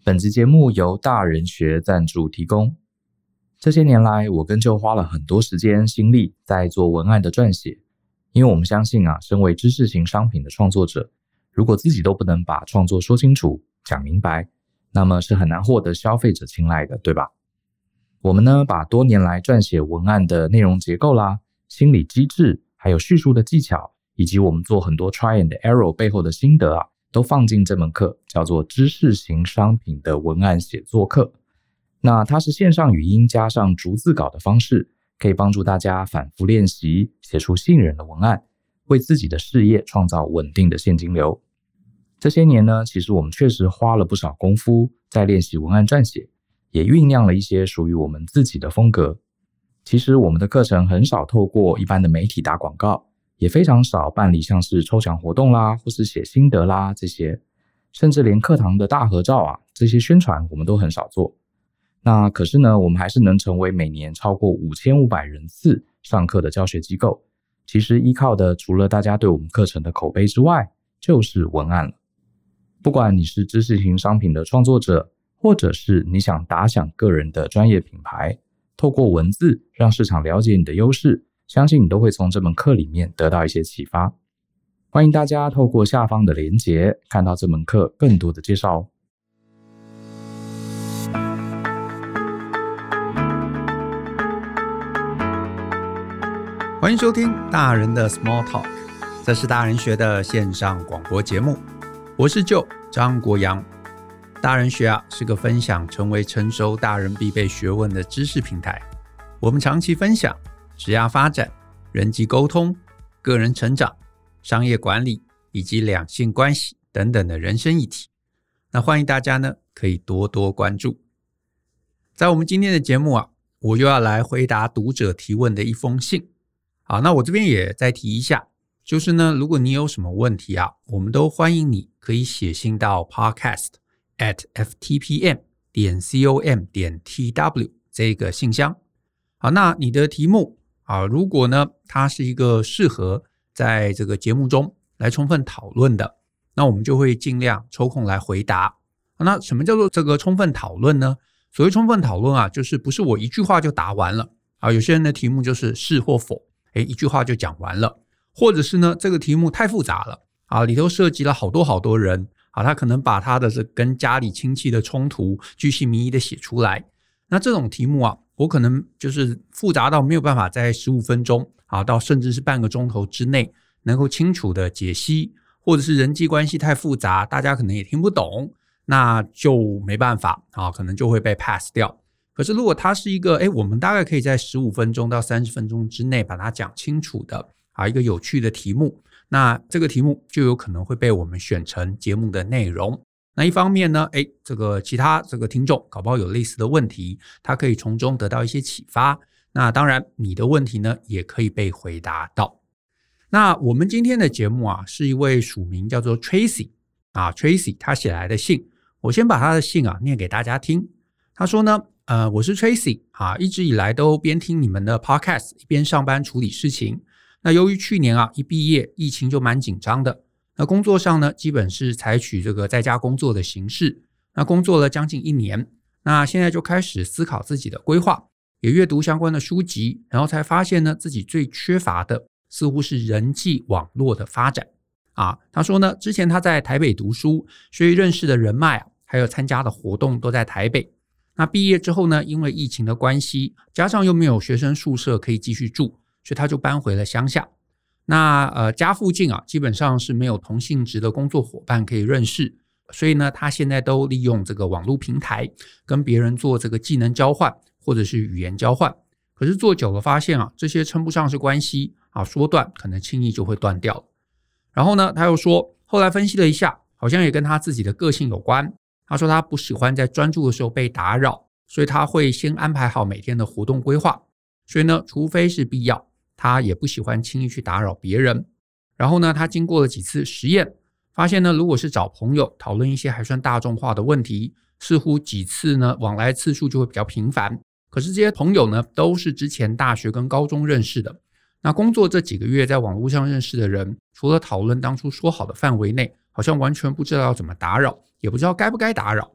本集节目由大人学赞助提供。这些年来，我跟就花了很多时间心力在做文案的撰写，因为我们相信身为知识型商品的创作者，如果自己都不能把创作说清楚、讲明白，那么是很难获得消费者青睐的，对吧？我们呢，把多年来撰写文案的内容结构啦、心理机制，还有叙述的技巧，以及我们做很多 try and error 背后的心得都放进这门课，叫做知识型商品的文案写作课。那它是线上语音加上逐字稿的方式，可以帮助大家反复练习，写出吸引人的文案，为自己的事业创造稳定的现金流。这些年呢，其实我们确实花了不少功夫在练习文案撰写，也酝酿了一些属于我们自己的风格。其实我们的课程很少透过一般的媒体打广告，也非常少办理像是抽奖活动啦，或是写心得啦这些，甚至连课堂的大合照这些宣传我们都很少做。那可是呢，我们还是能成为每年超过5500人次上课的教学机构。其实依靠的除了大家对我们课程的口碑之外，就是文案了。不管你是知识型商品的创作者，或者是你想打响个人的专业品牌，透过文字让市场了解你的优势，相信你都会从这门课里面得到一些启发。欢迎大家透过下方的连结看到这门课更多的介绍哦。 欢迎收听大人的 Small Talk， 这是大人学的线上广播节目，我是舅张国阳。大人学是个分享成为成熟大人必备学问的知识平台，我们长期分享职业发展、人际沟通、个人成长、商业管理以及两性关系等等的人生议题。那欢迎大家呢可以多多关注。在我们今天的节目我又要来回答读者提问的一封信。好，那我这边也再提一下，就是呢，如果你有什么问题我们都欢迎你可以写信到 podcast@ftpm.com.tw 这个信箱。好，那你的题目如果呢它是一个适合在这个节目中来充分讨论的，那我们就会尽量抽空来回答。那什么叫做这个充分讨论呢？所谓充分讨论就是不是我一句话就答完了有些人的题目就是是或否，一句话就讲完了，或者是呢这个题目太复杂了里头涉及了好多人他可能把他的跟家里亲戚的冲突鉅细靡遗的写出来。那这种题目我可能就是复杂到没有办法在15分钟到甚至是半个钟头之内能够清楚的解析，或者是人际关系太复杂大家可能也听不懂，那就没办法可能就会被 pass 掉。可是如果它是一个我们大概可以在15分钟到30分钟之内把它讲清楚的一个有趣的题目，那这个题目就有可能会被我们选成节目的内容。那一方面呢这个其他这个听众搞不好有类似的问题，他可以从中得到一些启发，那当然你的问题呢也可以被回答到。那我们今天的节目是一位署名叫做 Tracy Tracy 他写来的信，我先把他的信念给大家听。他说呢我是 Tracy 一直以来都边听你们的 podcast 一边上班处理事情。那由于去年一毕业疫情就蛮紧张的，那工作上呢基本是采取这个在家工作的形式，那工作了将近1年，那现在就开始思考自己的规划，也阅读相关的书籍，然后才发现呢自己最缺乏的似乎是人际网络的发展他说呢之前他在台北读书，所以认识的人脉还有参加的活动都在台北。那毕业之后呢，因为疫情的关系，加上又没有学生宿舍可以继续住，所以他就搬回了乡下。那家附近基本上是没有同性质的工作伙伴可以认识，所以呢他现在都利用这个网络平台跟别人做这个技能交换或者是语言交换。可是做久了发现这些称不上是关系说断可能轻易就会断掉了。然后呢他又说，后来分析了一下，好像也跟他自己的个性有关。他说他不喜欢在专注的时候被打扰，所以他会先安排好每天的活动规划，所以呢除非是必要，他也不喜欢轻易去打扰别人。然后呢他经过了几次实验，发现呢如果是找朋友讨论一些还算大众化的问题，似乎几次呢往来次数就会比较频繁。可是这些朋友呢都是之前大学跟高中认识的，那工作这几个月在网络上认识的人，除了讨论当初说好的范围内，好像完全不知道要怎么打扰，也不知道该不该打扰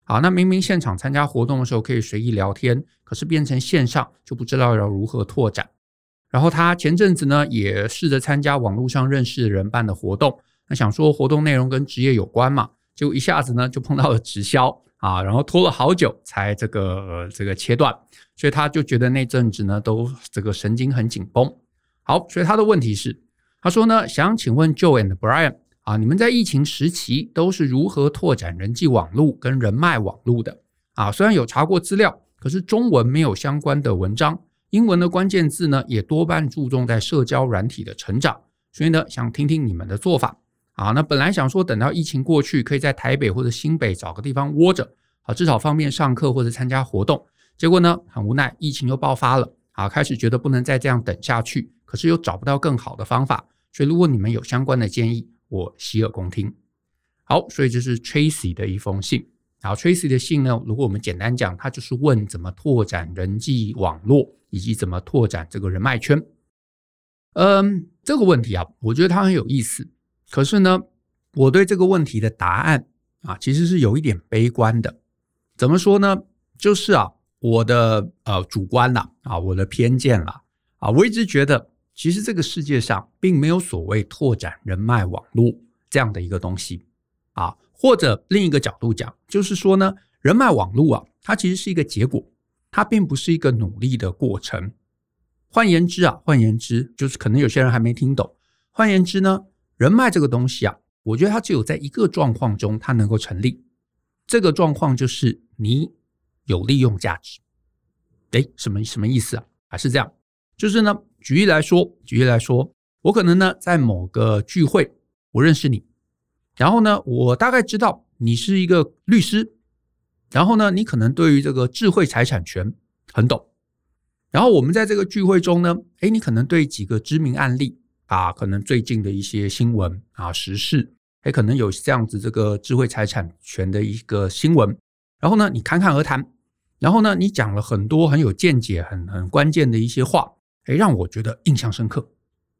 好，那明明现场参加活动的时候可以随意聊天，可是变成线上就不知道要如何拓展。然后他前阵子呢也试着参加网络上认识的人办的活动，那想说活动内容跟职业有关嘛，结果一下子呢就碰到了直销然后拖了好久才这个切断，所以他就觉得那阵子呢都这个神经很紧绷。好，所以他的问题是，他说呢想请问 Joe and Brian你们在疫情时期都是如何拓展人际网路跟人脉网路的虽然有查过资料，可是中文没有相关的文章，英文的关键字呢也多半注重在社交软体的成长，所以呢想听听你们的做法那本来想说等到疫情过去，可以在台北或者新北找个地方窝着至少方便上课或者参加活动，结果呢很无奈疫情又爆发了开始觉得不能再这样等下去，可是又找不到更好的方法，所以如果你们有相关的建议，我洗耳恭听。好，所以这是 Tracy 的一封信。好， Tracy 的信呢，如果我们简单讲，他就是问怎么拓展人际网络以及怎么拓展这个人脉圈。这个问题我觉得它很有意思，可是呢我对这个问题的答案其实是有一点悲观的。怎么说呢，就是我的主观啦我的偏见啦我一直觉得其实这个世界上并没有所谓拓展人脉网络这样的一个东西或者另一个角度讲，就是说呢人脉网络它其实是一个结果，它并不是一个努力的过程。换言之就是可能有些人还没听懂，换言之呢，人脉这个东西我觉得它只有在一个状况中它能够成立，这个状况就是你有利用价值。什么意思是这样，就是呢举例来说，我可能呢在某个聚会我认识你，然后呢我大概知道你是一个律师，然后呢你可能对于这个智慧财产权很懂，然后我们在这个聚会中呢你可能对几个知名案例可能最近的一些新闻时事可能有这样子这个智慧财产权的一个新闻，然后呢你侃侃而谈，然后呢你讲了很多很有见解很关键的一些话让我觉得印象深刻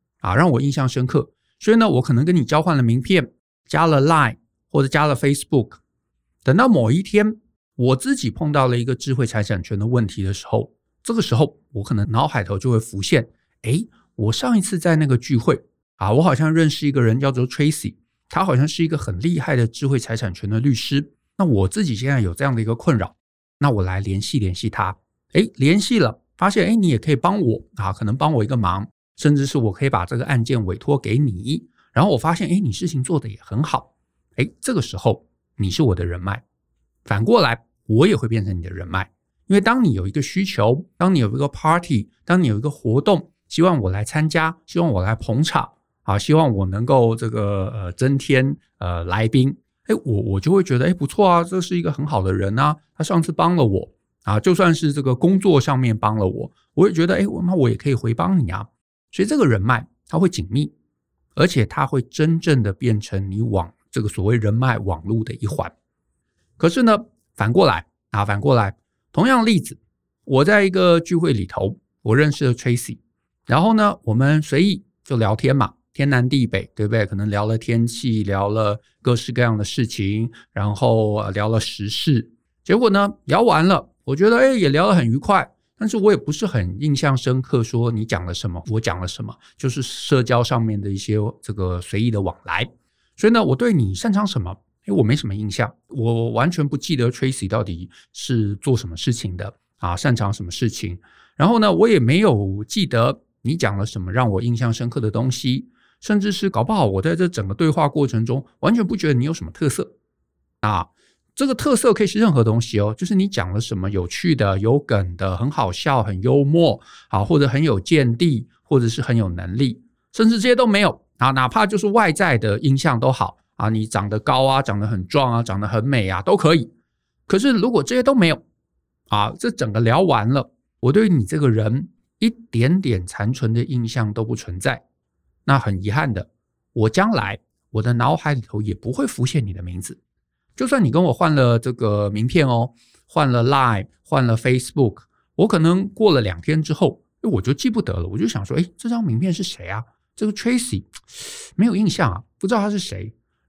所以呢我可能跟你交换了名片，加了 Line 或者加了 Facebook， 等到某一天我自己碰到了一个智慧财产权的问题的时候，这个时候我可能脑海头就会浮现我上一次在那个聚会我好像认识一个人叫做 Tracy， 他好像是一个很厉害的智慧财产权的律师，那我自己现在有这样的一个困扰，那我来联系他联系了，发现你也可以帮我可能帮我一个忙，甚至是我可以把这个案件委托给你，然后我发现你事情做得也很好，这个时候你是我的人脉，反过来我也会变成你的人脉。因为当你有一个需求，当你有一个 party， 当你有一个活动，希望我来参加，希望我来捧场希望我能够这个增添来宾，我就会觉得不错这是一个很好的人他上次帮了我就算是这个工作上面帮了我，我也觉得那我也可以回帮你所以这个人脉它会紧密，而且它会真正的变成你往这个所谓人脉网路的一环。可是呢反过来同样例子，我在一个聚会里头我认识了 Tracy， 然后呢我们随意就聊天嘛，天南地北对不对，可能聊了天气，聊了各式各样的事情，然后聊了时事，结果呢聊完了我觉得也聊得很愉快，但是我也不是很印象深刻说你讲了什么我讲了什么，就是社交上面的一些这个随意的往来。所以呢我对你擅长什么我没什么印象，我完全不记得 Tracy 到底是做什么事情的擅长什么事情，然后呢我也没有记得你讲了什么让我印象深刻的东西，甚至是搞不好我在这整个对话过程中完全不觉得你有什么特色这个特色可以是任何东西就是你讲了什么有趣的有梗的很好笑很幽默或者很有见地，或者是很有能力，甚至这些都没有哪怕就是外在的印象都好你长得高长得很壮长得很美都可以。可是如果这些都没有这整个聊完了，我对你这个人一点点残存的印象都不存在，那很遗憾的，我将来我的脑海里头也不会浮现你的名字。就算你跟我换了这个名片换了 Line 换了 Facebook， 我可能过了2天之后我就记不得了，我就想说这张名片是谁这个 Tracy 没有印象不知道他是谁。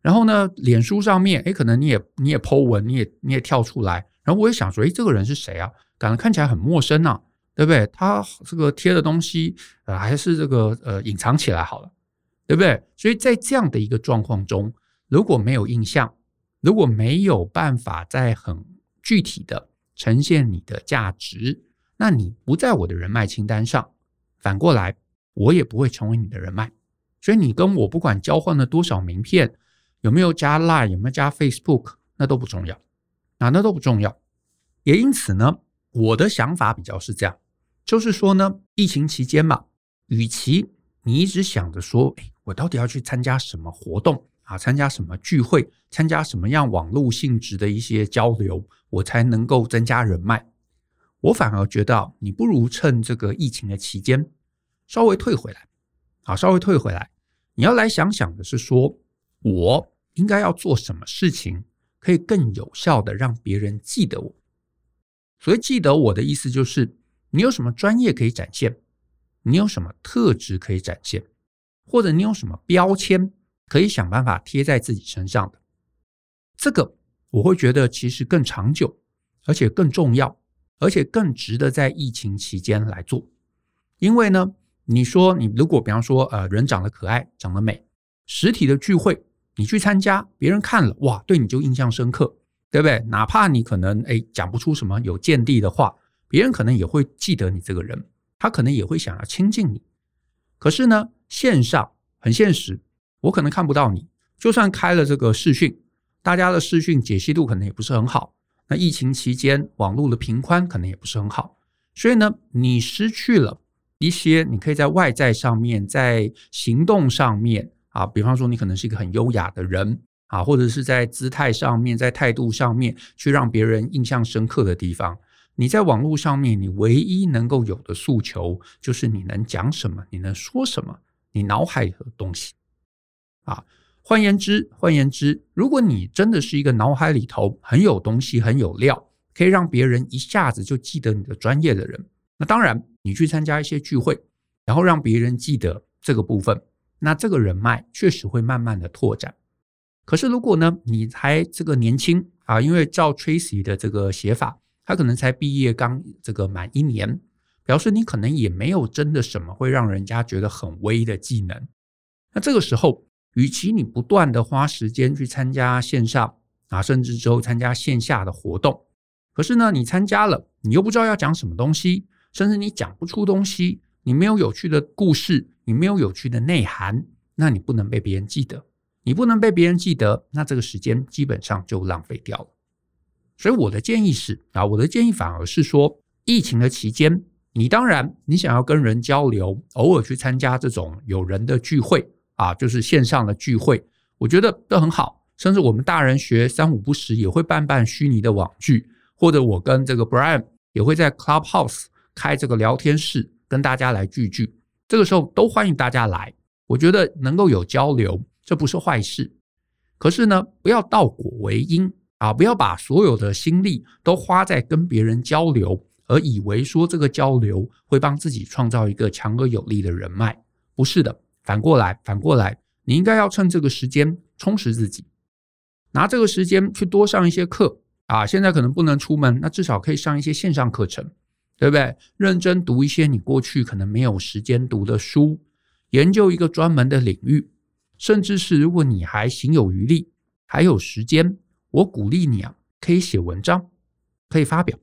然后呢，脸书上面，可能你也 po 文，你也跳出来，然后我也想说，这个人是谁啊？感觉看起来很陌生啊，对不对？他这个贴的东西，还是这个隐藏起来好了，对不对？所以在这样的一个状况中，如果没有印象，如果没有办法在很具体的呈现你的价值，那你不在我的人脉清单上，反过来，我也不会成为你的人脉。所以你跟我不管交换了多少名片，有没有加 Line， 有没有加 Facebook， 那都不重要，那都不重要。也因此呢，我的想法比较是这样，就是说呢，疫情期间嘛，与其你一直想着说，我到底要去参加什么活动啊，参加什么聚会，参加什么样网络性质的一些交流，我才能够增加人脉，我反而觉得你不如趁这个疫情的期间稍微退回来，你要来想想的是说，我应该要做什么事情可以更有效的让别人记得我。所以记得我的意思就是，你有什么专业可以展现，你有什么特质可以展现，或者你有什么标签可以想办法贴在自己身上的，这个我会觉得其实更长久，而且更重要，而且更值得在疫情期间来做。因为呢，你说你如果比方说人长得可爱，长得美，实体的聚会你去参加，别人看了哇，对你就印象深刻，对不对？哪怕你可能讲不出什么有见地的话，别人可能也会记得你这个人，他可能也会想要亲近你。可是呢，线上很现实，我可能看不到你，就算开了这个视讯，大家的视讯解析度可能也不是很好，那疫情期间网络的频宽可能也不是很好，所以呢，你失去了一些你可以在外在上面，在行动上面比方说你可能是一个很优雅的人或者是在姿态上面，在态度上面去让别人印象深刻的地方，你在网络上面你唯一能够有的诉求就是你能讲什么，你能说什么，你脑海里的东西换言之，如果你真的是一个脑海里头很有东西很有料，可以让别人一下子就记得你的专业的人，那当然你去参加一些聚会，然后让别人记得这个部分，那这个人脉确实会慢慢的拓展。可是如果呢，你还这个年轻因为照 Tracy 的这个写法，他可能才毕业刚这个满1年，表示你可能也没有真的什么会让人家觉得很威的技能。那这个时候，与其你不断的花时间去参加线上甚至之后参加线下的活动，可是呢，你参加了，你又不知道要讲什么东西，甚至你讲不出东西，你没有有趣的故事，你没有有趣的内涵，那你不能被别人记得。你不能被别人记得，那这个时间基本上就浪费掉了。所以我的建议是我的建议反而是说，疫情的期间，你当然你想要跟人交流，偶尔去参加这种有人的聚会就是线上的聚会，我觉得都很好。甚至我们大人学三五不时也会办虚拟的网聚，或者我跟这个 Brian 也会在 Clubhouse 开这个聊天室，跟大家来聚，这个时候都欢迎大家来，我觉得能够有交流，这不是坏事。可是呢，不要倒果为因不要把所有的心力都花在跟别人交流，而以为说这个交流会帮自己创造一个强而有力的人脉。不是的，反过来，你应该要趁这个时间充实自己，拿这个时间去多上一些课现在可能不能出门，那至少可以上一些线上课程，对不对？认真读一些你过去可能没有时间读的书，研究一个专门的领域，甚至是如果你还行有余力，还有时间，我鼓励你可以写文章，可以发表，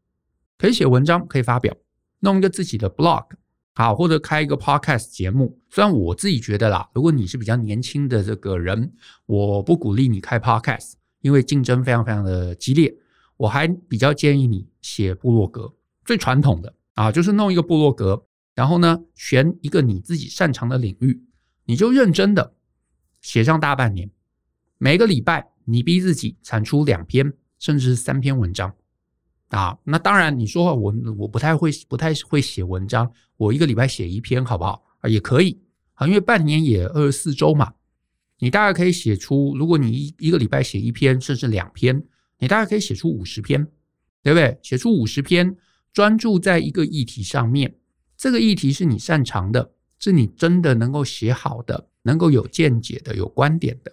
弄一个自己的 blog或者开一个 podcast 节目。虽然我自己觉得啦，如果你是比较年轻的这个人，我不鼓励你开 podcast， 因为竞争非常非常的激烈，我还比较建议你写部落格，最传统的就是弄一个部落格，然后呢选一个你自己擅长的领域，你就认真的写上大半年，每个礼拜你逼自己产出2篇甚至是3篇文章那当然你说我不太会写文章，我一个礼拜写1篇好不好也可以因为半年也24周嘛，你大概可以写出，如果你一个礼拜写1篇甚至2篇，你大概可以写出50篇，对不对？写出50篇，专注在一个议题上面，这个议题是你擅长的，是你真的能够写好的，能够有见解的，有观点的，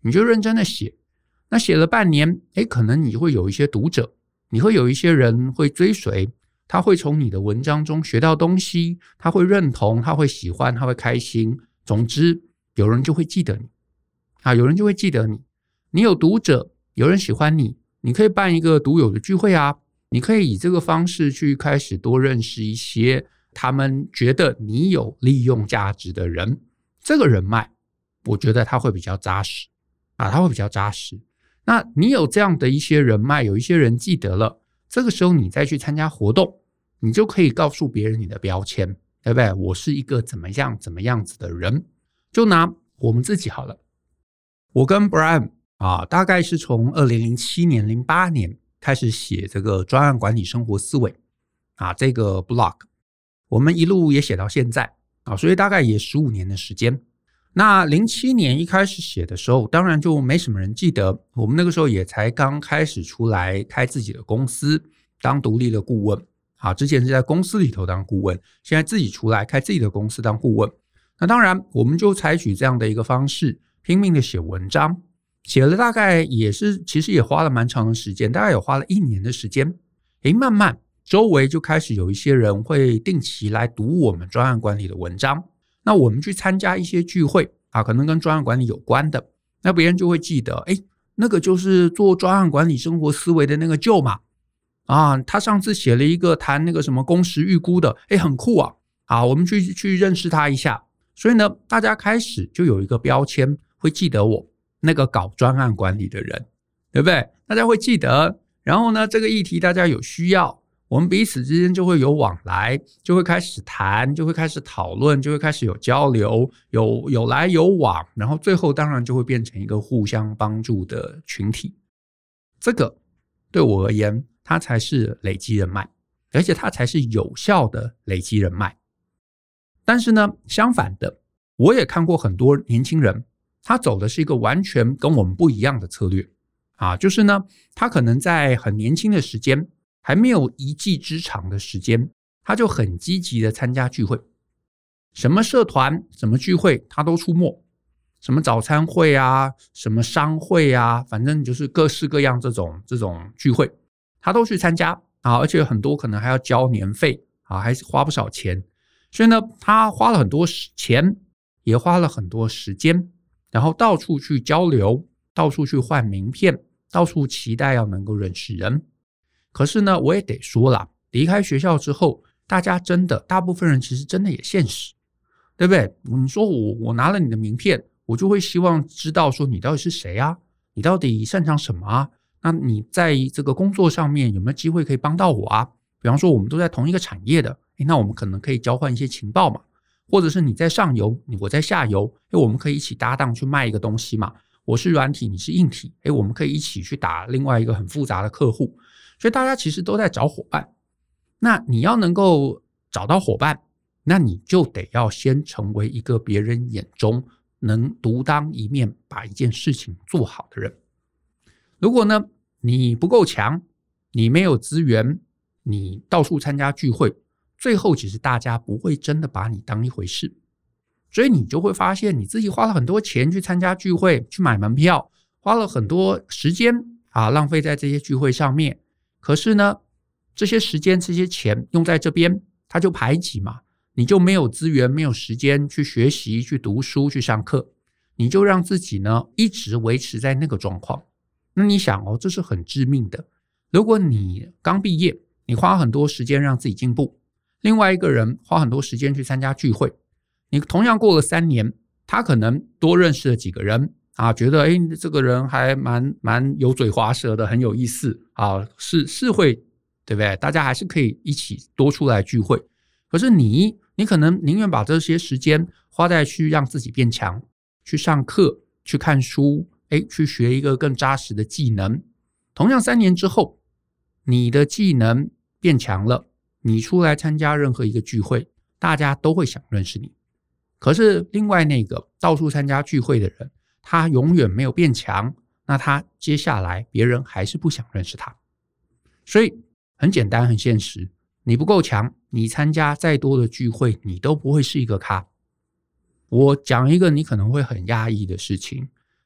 你就认真的写。那写了半年，可能你会有一些读者，你会有一些人会追随，他会从你的文章中学到东西，他会认同，他会喜欢，他会开心。总之，有人就会记得你有人就会记得你。你有读者，有人喜欢你，你可以办一个读友的聚会啊，你可以以这个方式去开始多认识一些他们觉得你有利用价值的人。这个人脉，我觉得他会比较扎实他会比较扎实。那你有这样的一些人脉，有一些人记得了，这个时候你再去参加活动，你就可以告诉别人你的标签，对不对？我是一个怎么样子的人。就拿我们自己好了，我跟 Brian 大概是从2007年08年开始写这个专案管理生活思维这个 blog， 我们一路也写到现在所以大概也15年的时间。那07年一开始写的时候，当然就没什么人记得，我们那个时候也才刚开始出来开自己的公司，当独立的顾问之前是在公司里头当顾问，现在自己出来开自己的公司当顾问。那当然我们就采取这样的一个方式，拼命的写文章，写了大概也是其实也花了蛮长的时间，大概有花了1年的时间。慢慢周围就开始有一些人会定期来读我们专案管理的文章，那我们去参加一些聚会可能跟专案管理有关的，那别人就会记得那个就是做专案管理生活思维的那个Joe嘛他上次写了一个谈那个什么工时预估的很酷我们去认识他一下。所以呢，大家开始就有一个标签会记得我，那个搞专案管理的人，对不对？大家会记得，然后呢，这个议题大家有需要，我们彼此之间就会有往来，就会开始谈，就会开始讨论，就会开始有交流，有来有往，然后最后当然就会变成一个互相帮助的群体。这个对我而言，它才是累积人脉，而且它才是有效的累积人脉。但是呢，相反的，我也看过很多年轻人，他走的是一个完全跟我们不一样的策略就是呢，他可能在很年轻的时间，还没有一技之长的时间，他就很积极的参加聚会，什么社团什么聚会他都出没，什么早餐会什么商会反正就是各式各样这种聚会他都去参加而且很多可能还要交年费还是花不少钱。所以呢，他花了很多钱，也花了很多时间，然后到处去交流，到处去换名片，到处期待要能够认识人。可是呢，我也得说啦，离开学校之后，大家真的大部分人其实真的也现实，对不对？你说我拿了你的名片，我就会希望知道说你到底是谁你到底擅长什么那你在这个工作上面有没有机会可以帮到我比方说我们都在同一个产业的，那我们可能可以交换一些情报嘛，或者是你在上游我在下游，我们可以一起搭档去卖一个东西嘛，我是软体你是硬体，我们可以一起去打另外一个很复杂的客户。所以大家其实都在找伙伴，那你要能够找到伙伴，那你就得要先成为一个别人眼中能独当一面把一件事情做好的人。如果呢你不够强，你没有资源，你到处参加聚会，最后其实大家不会真的把你当一回事。所以你就会发现你自己花了很多钱去参加聚会，去买门票，花了很多时间浪费在这些聚会上面。可是呢，这些时间这些钱用在这边，它就排挤嘛，你就没有资源没有时间去学习去读书去上课，你就让自己呢一直维持在那个状况。那你想这是很致命的。如果你刚毕业，你花很多时间让自己进步，另外一个人花很多时间去参加聚会，你同样过了3年，他可能多认识了几个人觉得这个人还蛮油嘴滑舌的，很有意思是会，对不对？大家还是可以一起多出来聚会。可是你可能宁愿把这些时间花在去让自己变强，去上课，去看书，去学一个更扎实的技能。同样3年之后，你的技能变强了，你出来参加任何一个聚会，大家都会想认识你。可是另外那个到处参加聚会的人，他永远没有变强，那他接下来别人还是不想认识他。所以很简单很现实，你不够强，你参加再多的聚会，你都不会是一个咖。我讲一个你可能会很压抑的事情，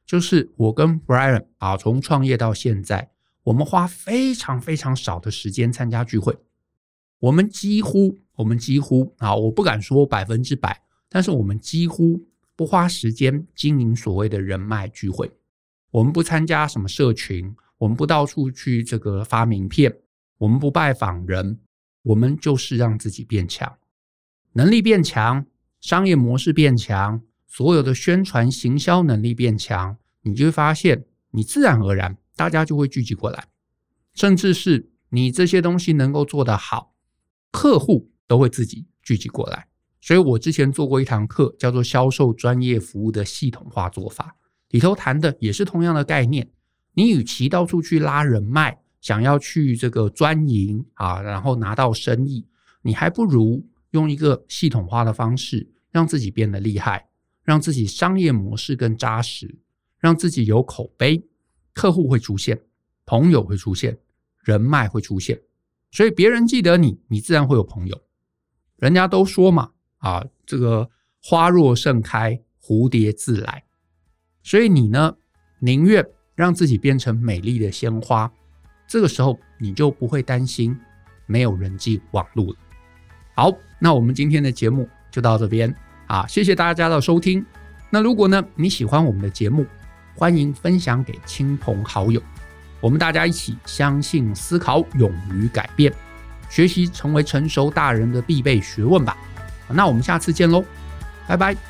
就是我跟 Brian 从创业到现在，我们花非常非常少的时间参加聚会。我们几乎我不敢说100%，但是我们几乎不花时间经营所谓的人脉聚会。我们不参加什么社群，我们不到处去这个发名片，我们不拜访人，我们就是让自己变强，能力变强，商业模式变强，所有的宣传行销能力变强，你就会发现你自然而然大家就会聚集过来，甚至是你这些东西能够做得好，客户都会自己聚集过来。所以我之前做过一堂课叫做销售专业服务的系统化做法，里头谈的也是同样的概念。你与其到处去拉人脉，想要去这个专营然后拿到生意，你还不如用一个系统化的方式让自己变得厉害，让自己商业模式更扎实，让自己有口碑，客户会出现，朋友会出现，人脉会出现，所以别人记得你，你自然会有朋友。人家都说嘛这个花若盛开，蝴蝶自来。所以你呢，宁愿让自己变成美丽的鲜花，这个时候你就不会担心没有人际网路了。好，那我们今天的节目就到这边谢谢大家的收听。那如果呢你喜欢我们的节目，欢迎分享给亲朋好友，我们大家一起相信、思考、勇于改变，学习成为成熟大人的必备学问吧。那我们下次见咯，拜拜。